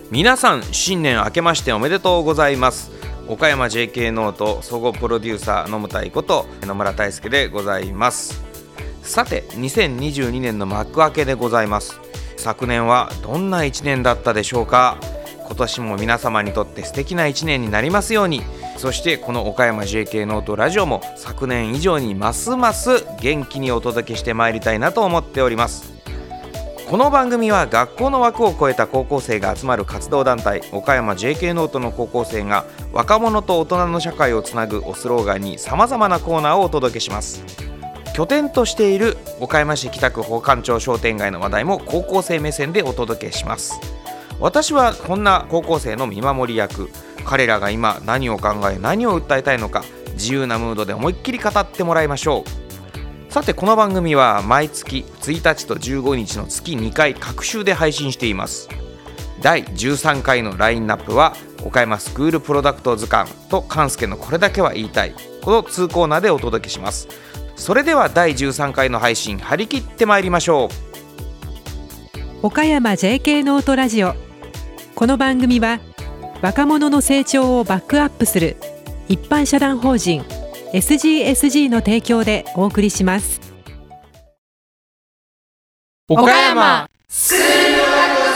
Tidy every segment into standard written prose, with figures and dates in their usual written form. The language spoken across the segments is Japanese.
皆さん新年明けましておめでとうございます。岡山 JK ノート総合プロデューサー野村太こと野村大輔でございます。さて2022年の幕開けでございます。昨年はどんな1年だったでしょうか。今年も皆様にとって素敵な1年になりますように。そしてこの岡山 JK ノートラジオも昨年以上にますます元気にお届けしてまいりたいなと思っております。この番組は学校の枠を超えた高校生が集まる活動団体岡山 JK ノートの高校生が若者と大人の社会をつなぐをスローガンにさまざまなコーナーをお届けします。拠点としている岡山市北区宝冠町商店街の話題も高校生目線でお届けします。私はこんな高校生の見守り役、彼らが今何を考え何を訴えたいのか自由なムードで思いっきり語ってもらいましょう。さてこの番組は毎月1日と15日の月2回各週で配信しています。第13回のラインナップは岡山スクールプロダクト図鑑と勘介のこれだけは言いたい、この2コーナーでお届けします。それでは第13回の配信張り切ってまいりましょう。岡山 JK ノートラジオ。この番組は若者の成長をバックアップする一般社団法人SGSG の提供でお送りします。 岡山スクールプロダクト図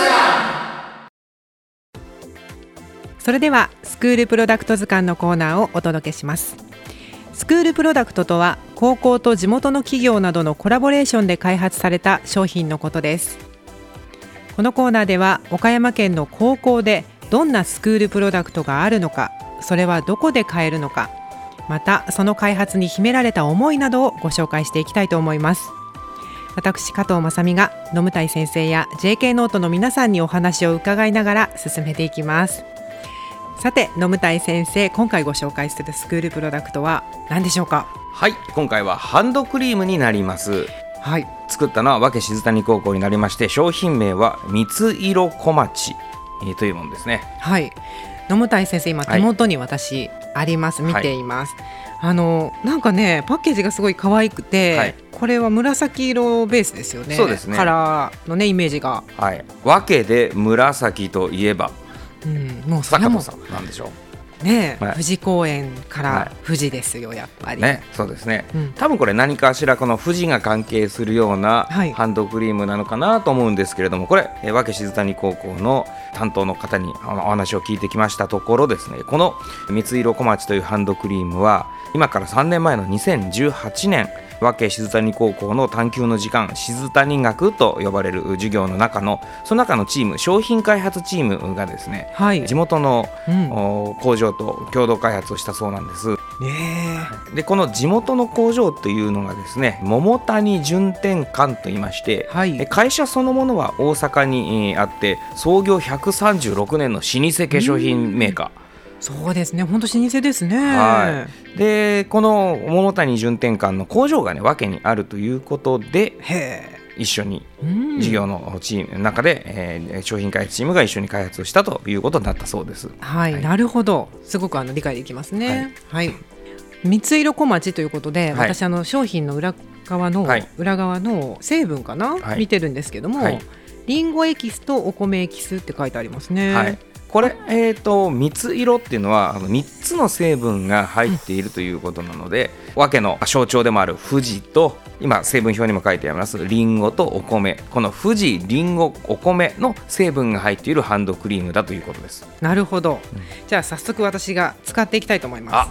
鑑。 それではスクールプロダクト図鑑のコーナーをお届けします。スクールプロダクトとは高校と地元の企業などのコラボレーションで開発された商品のことです。このコーナーでは岡山県の高校でどんなスクールプロダクトがあるのか、それはどこで買えるのか、またその開発に秘められた思いなどをご紹介していきたいと思います。私加藤正美が野務太先生や JK ノートの皆さんにお話を伺いながら進めていきます。さて野務太先生、今回ご紹介するスクールプロダクトは何でしょうか。 はい、今回はハンドクリームになります。 はい、 作ったのは和気静谷高校になりまして、商品名は三つ色小町、というものですね。 はい、野務太先生今手元に私、あります。見ています、なんかねパッケージがすごい可愛くて、これは紫色ベースですよね。 そうですね、 カラーのねイメージが、 和気で紫といえば、 もうそれも坂戸さんなんでしょうね。富士公園から富士ですよ、やっぱりね。そうですね、多分これ何かしらこの富士が関係するようなハンドクリームなのかなと思うんですけれども、これ和気静谷高校の担当の方にお話を聞いてきましたところですね、この三つ色小町というハンドクリームは今から3年前の2018年、和気静谷高校の探究の時間静谷学と呼ばれる授業の中のその中のチーム、商品開発チームがですね、地元の、工場と共同開発をしたそうなんです。でこの地元の工場というのがですね、桃谷順天館といいまして、会社そのものは大阪にあって創業136年の老舗化粧品メーカー。 そうですね、本当老舗ですね。 でこの桃谷順天館の工場がね和気にあるということで、一緒に事業のチームの中で、商品開発チームが一緒に開発をしたということになったそうです。 なるほど、すごく理解できますね。三つ色小町ということで、私商品の裏側の成分かな、見てるんですけども、リンゴエキスとお米エキスって書いてありますね。 これ、三つ色っていうのは3つの成分が入っているということなので、和気の象徴でもある富士と、今成分表にも書いてありますリンゴとお米、この富士リンゴお米の成分が入っているハンドクリームだということです。 なるほど、じゃあ早速私が使っていきたいと思います。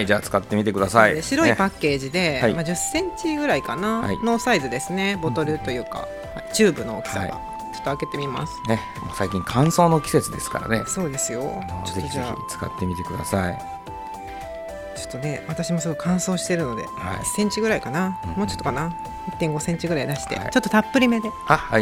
じゃあ使ってみてください。 白いパッケージで、10センチぐらいかな、のサイズですね。ボトルというか、チューブの大きさが、ちょっと開けてみますね。もう最近乾燥の季節ですからね。 そうですよ。 ぜひぜひ使ってみてください。 ちょっとね、私もすごい乾燥してるので、1センチぐらいかな、もうちょっとかな、1.5 センチぐらい出して、ちょっとたっぷりめで。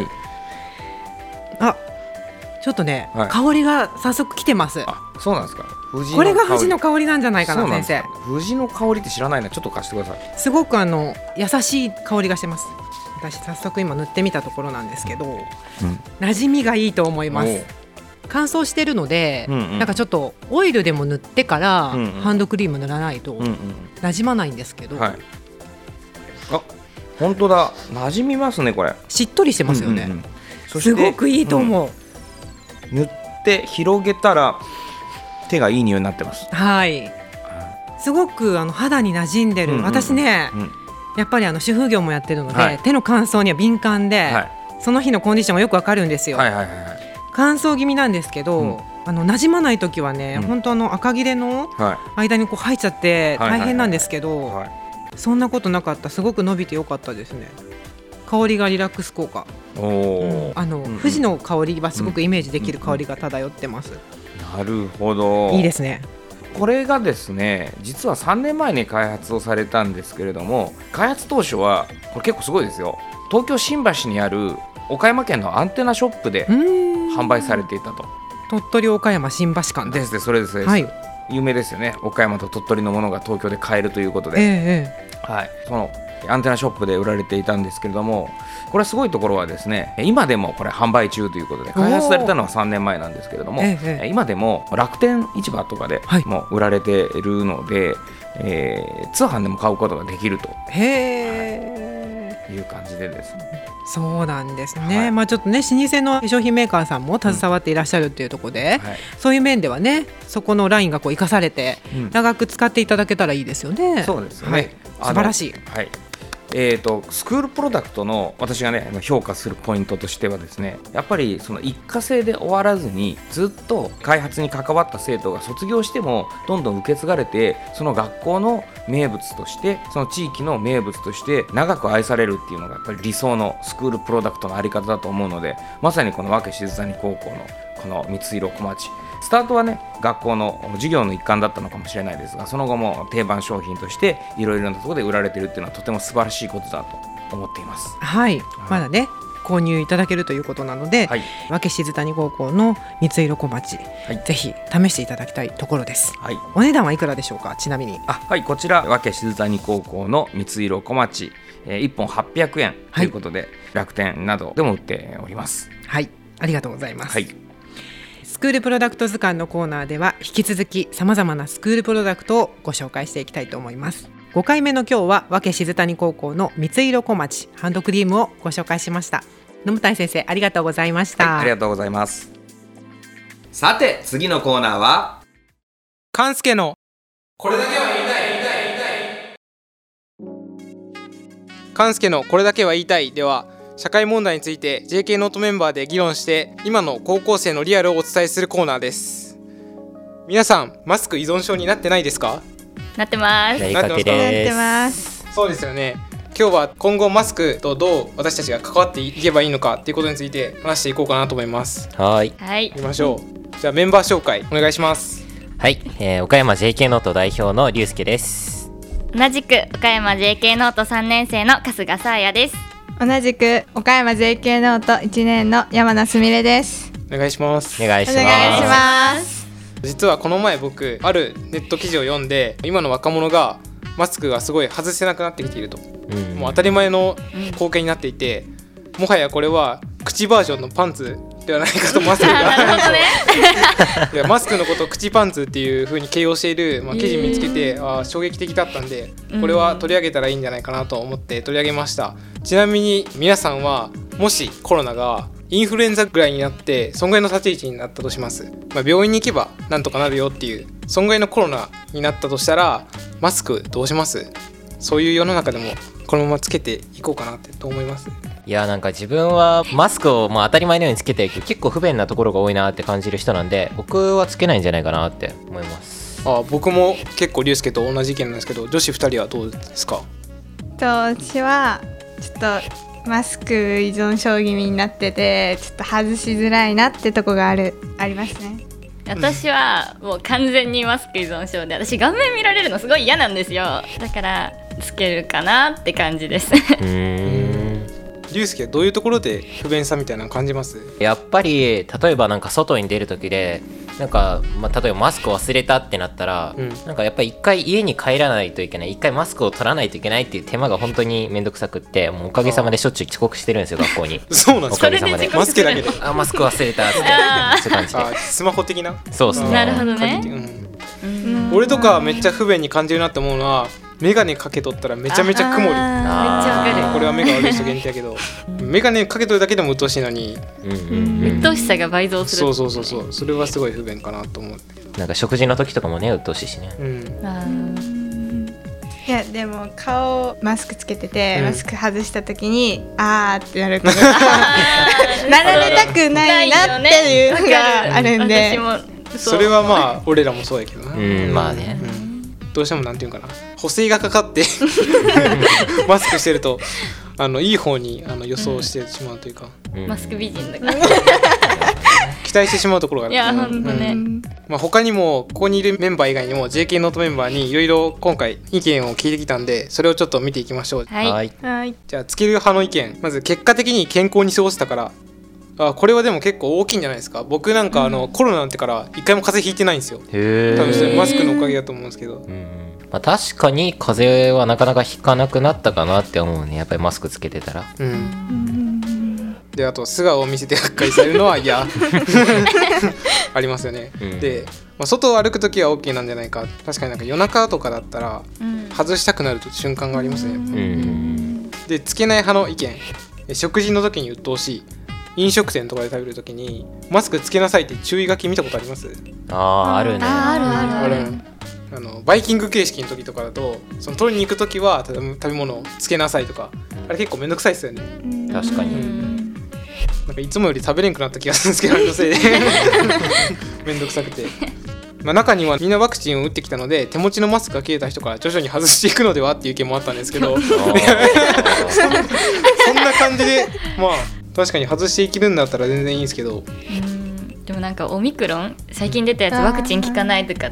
ちょっとね、香りが早速来てます。 そうなんですか。 これが富士の香りなんじゃないかな、先生。 富士の香りって知らないな。ちょっと貸してください。 すごく優しい香りがしてます。私早速今塗ってみたところなんですけど、馴染みがいいと思います。乾燥してるので、なんかちょっとオイルでも塗ってから、ハンドクリーム塗らないと馴染まないんですけど、 本当だ、馴染みますね。これしっとりしてますよね。すごくいいと思う。 塗っって広げたら手がいい匂いになってます。 はい、すごく肌に馴染んでる、私ね、やっぱり主婦業もやってるので、手の乾燥には敏感で、その日のコンディションがよくわかるんですよ。乾燥気味なんですけど、馴染まない時はね、本当赤切れの間にこう入っちゃって大変なんですけど、そんなことなかった。すごく伸びてよかったですね。香りがリラックス効果、富士の香りはすごくイメージできる香りが漂ってます。 なるほど、 いいですね。 これがですね、実は3年前に開発をされたんですけれども、開発当初はこれ結構すごいですよ。東京新橋にある岡山県のアンテナショップで販売されていたと。 鳥取岡山新橋間ですね、それです、有名ですよね。岡山と鳥取のものが東京で買えるということで、そのアンテナショップで売られていたんですけれども、これすごいところはですね、今でもこれ販売中ということで、開発されたのは3年前なんですけれども、今でも楽天市場とかでも売られているので、通販でも買うことができるという感じでですね。 そうなんですね。ちょっとね、老舗の化粧品メーカーさんも携わっていらっしゃるっていうところで、そういう面ではね、そこのラインがこう生かされて、長く使っていただけたらいいですよね。 そうですね、 素晴らしい。 スクールプロダクトの私がね評価するポイントとしてはですね、やっぱりその一過性で終わらずに、ずっと開発に関わった生徒が卒業してもどんどん受け継がれて、その学校の名物として、その地域の名物として長く愛されるっていうのがやっぱり理想のスクールプロダクトのあり方だと思うので、まさにこの和気静谷高校のこの三色小町、スタートはね学校の授業の一環だったのかもしれないですが、その後も定番商品としていろいろなところで売られているっていうのはとても素晴らしいことだと思っています。 まだね購入いただけるということなので、和気静谷高校の三色小町、ぜひ試していただきたいところです。お値段はいくらでしょうか、ちなみに。 こちら和気静谷高校の三色小町、1本800円ということで、楽天などでも売っております。 ありがとうございます。スクールプロダクト図鑑のコーナーでは引き続きさまざまなスクールプロダクトをご紹介していきたいと思います。5回目の今日は和気静谷高校の三色小町ハンドクリームをご紹介しました。野向先生、ありがとうございました。 ありがとうございます。さて次のコーナーは、 勘介のこれだけは言いたい。 勘介のこれだけは言いたいでは、社会問題について JK ノートメンバーで議論して、今の高校生のリアルをお伝えするコーナーです。皆さん、マスク依存症になってないですか？ なってます。 なってます。そうですよね。今日は今後マスクとどう私たちが関わっていけばいいのかっていうことについて話していこうかなと思います。 はい。 行きましょう。じゃあメンバー紹介お願いします。 岡山 JK ノート代表の龍介です。 同じく岡山 JK ノート3年生の春日沙耶です。 同じく岡山 JK ノート1年の山名すみれです。 お願いします。 お願いします。 実はこの前僕あるネット記事を読んで、今の若者がマスクがすごい外せなくなってきていると、もう当たり前の光景になっていて、もはやこれは口バージョンのパンツではないかとマスクがいやマスクのことを口パンツっていう風に形容している、記事見つけて、衝撃的だったんで、これは取り上げたらいいんじゃないかなと思って取り上げました。ちなみに皆さんはもしコロナがインフルエンザぐらいになってそんぐらいの立ち位置になったとします。病院に行けばなんとかなるよっていう、そんぐらいのコロナになったとしたら、マスクどうします？そういう世の中でもこのままつけていこうかなってどう思います？ いや、なんか自分はマスクを当たり前のようにつけて結構不便なところが多いなって感じる人なんで、僕はつけないんじゃないかなって思います。 僕も結構龍介と同じ意見なんですけど、女子2人はどうですか？ 私はちょっとマスク依存症気味になってて、ちょっと外しづらいなってとこがありますね。 私はもう完全にマスク依存症で、私顔面見られるのすごい嫌なんですよ。だからつけるかなって感じです。 龍介はどういうところで不便さみたいなの感じます？ やっぱり例えばなんか外に出る時でなんか、例えばマスク忘れたってなったら、なんかやっぱり一回家に帰らないといけない、一回マスクを取らないといけないっていう手間が本当にめんどくさくって、もうおかげさまでしょっちゅう遅刻してるんですよ、学校に。 そうなんですか？ おかげさまでマスクだけでマスク忘れたってそういう感じで。 スマホ的な？ そうですね。 なるほどね。 俺とかめっちゃ不便に感じるなって思うのは、 メガネかけとったらめちゃめちゃ曇り。 めっちゃわかる。 これは目が悪い人限定やけどメガネかけとるだけでも鬱陶しいのに、 鬱陶しさが倍増する。 そうそれはすごい不便かなと思う。 なんか食事の時とかもね鬱陶しいしね。 いやでも顔マスクつけてて、マスク外した時にあーってなることなられたくないなっていうのがあるんで、 それはまあ俺らもそうやけどな。 まあね、 どうしてもなんていうかな、補正がかかってマスクしてるといい方に予想してしまうというか、 マスク美人だから期待してしまうところがある。 いやほんとね、 まあ、他にもここにいるメンバー以外にも JK ノートメンバーにいろいろ今回意見を聞いてきたんで、それをちょっと見ていきましょう。 はい、 じゃあつける派の意見、まず結果的に健康に過ごせたから、これはでも結構大きいんじゃないですか。僕なんかコロナなんてから一回も風邪ひいてないんですよ。 へ多分それマスクのおかげだと思うんですけど、 まあ、確かに風邪はなかなかひかなくなったかなって思うね、やっぱりマスクつけてたら。 であと素顔を見せてがっかりされるのは嫌ありますよね。で、まあ、外を歩くときは OK なんじゃないか。確かになんか夜中とかだったら外したくなる瞬間がありますね。でつけない派の意見、食事の時に鬱陶しい。飲食店とかで食べるときにマスクつけなさいって注意書き見たことあります？ あるね。 あるバイキング形式の時とかだと、その取りに行く時は食べ物をつけなさいとか、あれ結構めんどくさいですよね。 確かに、 なんかいつもより食べれんくなった気がするんですけど、のせいでめんどくさくて、まあ、中にはみんなワクチンを打ってきたので手持ちのマスクが切れた人から徐々に外していくのではっていう意見もあったんですけどそんな感じでまあ確かに外していけるんだったら全然いいんですけど、 でもなんかオミクロン最近出たやつワクチン効かないとかって、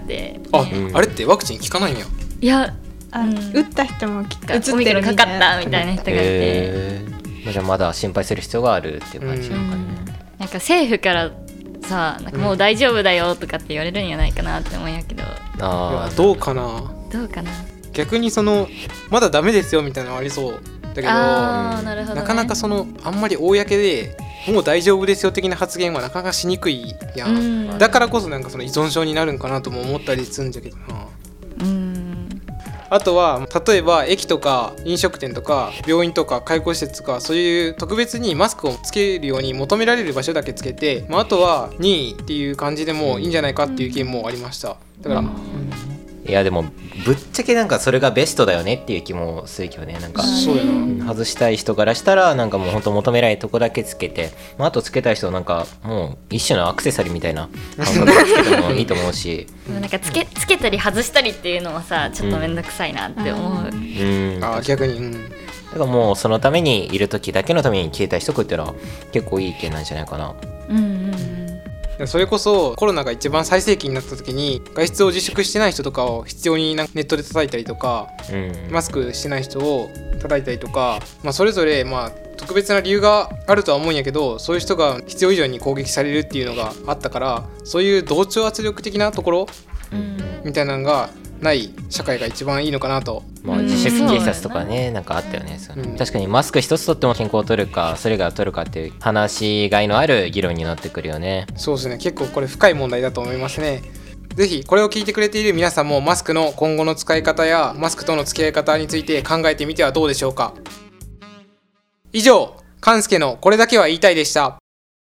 あれってワクチン効かないんや。 いや打った人も映ってオミクロるンかかったみたいな人がいて、 じゃあまだ心配する必要があるっていう感じなのかね。 なんか政府からさ、なんかもう大丈夫だよとかって言われるんじゃないかなって思うんやけど、 どうかな。逆にまだダメですよみたいなのありそうだけど、 なるほどね、 なかなかあんまり公でもう大丈夫ですよ的な発言はなかなかしにくいやん。だからこそなんか依存症になるんかなとも思ったりするんじゃけどな。あとは例えば駅とか飲食店とか病院とか介護施設とか、そういう特別にマスクをつけるように求められる場所だけつけて、あとは任意っていう感じでもいいんじゃないかっていう意見もありました。だからいやでもぶっちゃけなんかそれがベストだよねっていう気もするけどね。なんかそうやな、 外したい人からしたらなんかもう本当求められるとこだけつけて、あとつけたい人はなんかもう一種のアクセサリーみたいな感覚でつけてもいいと思うしなんかつけたり外したりっていうのはさ、ちょっとめんどくさいなって思う。 逆に、 だからもうそのためにいる時だけのために消えたりしとくっていうのは結構いい意見なんじゃないかな。 それこそコロナが一番最盛期になった時に外出を自粛してない人とかを必要にネットで叩いたりとか、マスクしてない人を叩いたりとか、それぞれ特別な理由があるとは思うんやけど、そういう人が必要以上に攻撃されるっていうのがあったから、そういう同調圧力的なところ、みたいなのがない社会が一番いいのかなと。 自粛警察とかね、なんかあったよね。確かにマスク一つ取っても健康を取るかそれが取るかっていう話しがいのある議論になってくるよね。 そうですね、結構これ深い問題だと思いますね。ぜひこれを聞いてくれている皆さんもマスクの今後の使い方やマスクとの付き合い方について考えてみてはどうでしょうか。以上、勘介のこれだけは言いたいでした。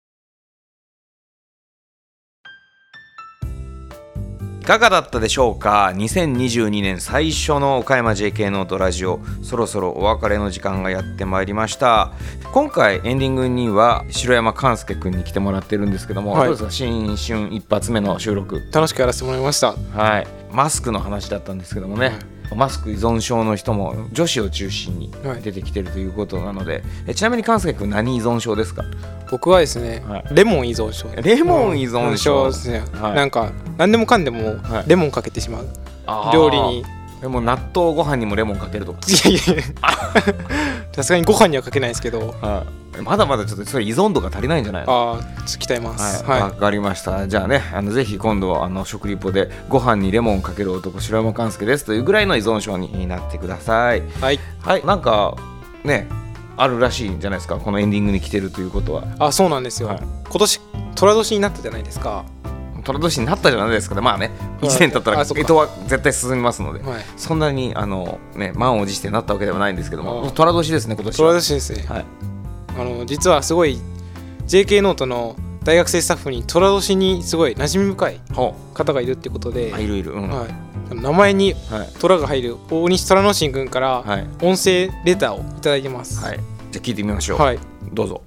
いかがだったでしょうか。2022年最初の岡山 JK ノートラジオ、そろそろお別れの時間がやってまいりました。今回エンディングには城山勘介くんに来てもらってるんですけども、どうですか、新春一発目の収録。 楽しくやらせてもらいました。 マスクの話だったんですけどもね、マスク依存症の人も女子を中心に出てきてるということなので、ちなみに勘介くん何依存症ですか？ 僕はですね、レモン依存症。 レモン依存症ですね。なんか何でもかんでもレモンかけてしまう、料理に。 でも納豆ご飯にもレモンかけるとか。 いやさすがにご飯にはかけないですけど、 まだまだちょっとそれ依存度が足りないんじゃないの？ 鍛えます。 わかりました。じゃあね、ぜひ今度は食リポでご飯にレモンかける男城山勘介ですというぐらいの依存症になってください。なんかね、あるらしいんじゃないですか、このエンディングに来てるということは。 そうなんですよ。今年寅年になったじゃないですか。 寅年になったじゃないですかね。まあね、1年経ったら干支は絶対進みますので、そんなに満を持してなったわけではないんですけども、寅年ですね、今年は。 寅年ですね。実はすごい JK ノートの大学生スタッフに寅年にすごい馴染み深い方がいるってことで、 いる、 名前に虎が入る大西虎之進君から音声レターをいただいてます。 じゃあ聞いてみましょう。どうぞ。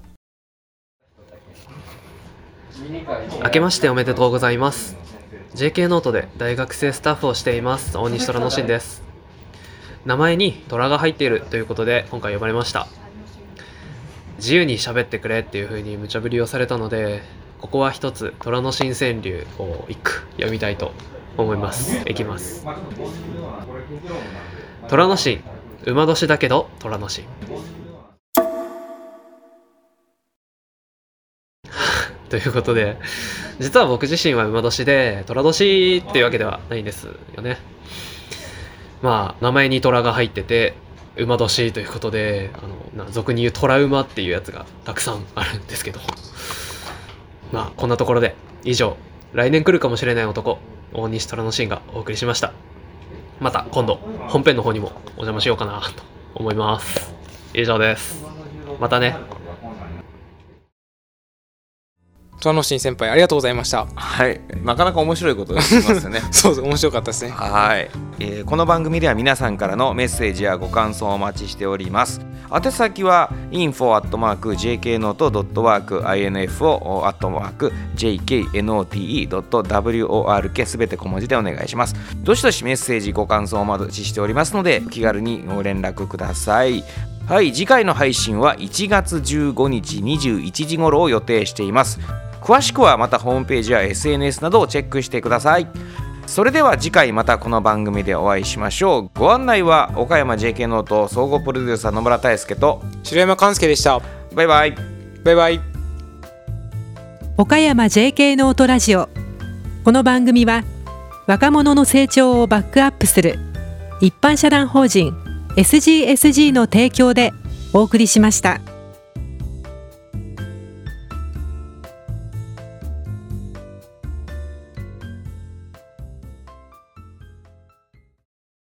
明けましておめでとうございます。 JK ノートで大学生スタッフをしています大西虎之進です。名前に虎が入っているということで今回呼ばれました。自由に喋ってくれっていう風に無茶ぶりをされたので、ここは一つ虎之進川柳を一句読みたいと思います。いきます。虎之進、馬年だけど虎之進ということで、実は僕自身は馬年で虎年っていうわけではないんですよね。まあ名前に虎が入ってて馬年ということで、俗に言う虎馬っていうやつがたくさんあるんですけど、まあこんなところで以上、来年来るかもしれない男大西虎之進がお送りしました。また今度本編の方にもお邪魔しようかなと思います。以上です。またね。 虎之進先輩ありがとうございました。 なかなか面白いことをしますよね。 そうです、面白かったですね。 この番組では皆さんからのメッセージやご感想をお待ちしております。宛先は info@jknote.work info@jknote.work すべて小文字でお願いします。どしどしメッセージご感想をお待ちしておりますので、お気軽にご連絡ください。次回の配信は1月15日21時頃を予定しています。詳しくはまたホームページや SNS などをチェックしてください。それでは次回またこの番組でお会いしましょう。ご案内は岡山 JK ノート総合プロデューサー野村大輔と城山寛介でした。 バイバイ。 バイバイ。 岡山 JK ノートラジオ。この番組は若者の成長をバックアップする一般社団法人 SGSG の提供でお送りしました。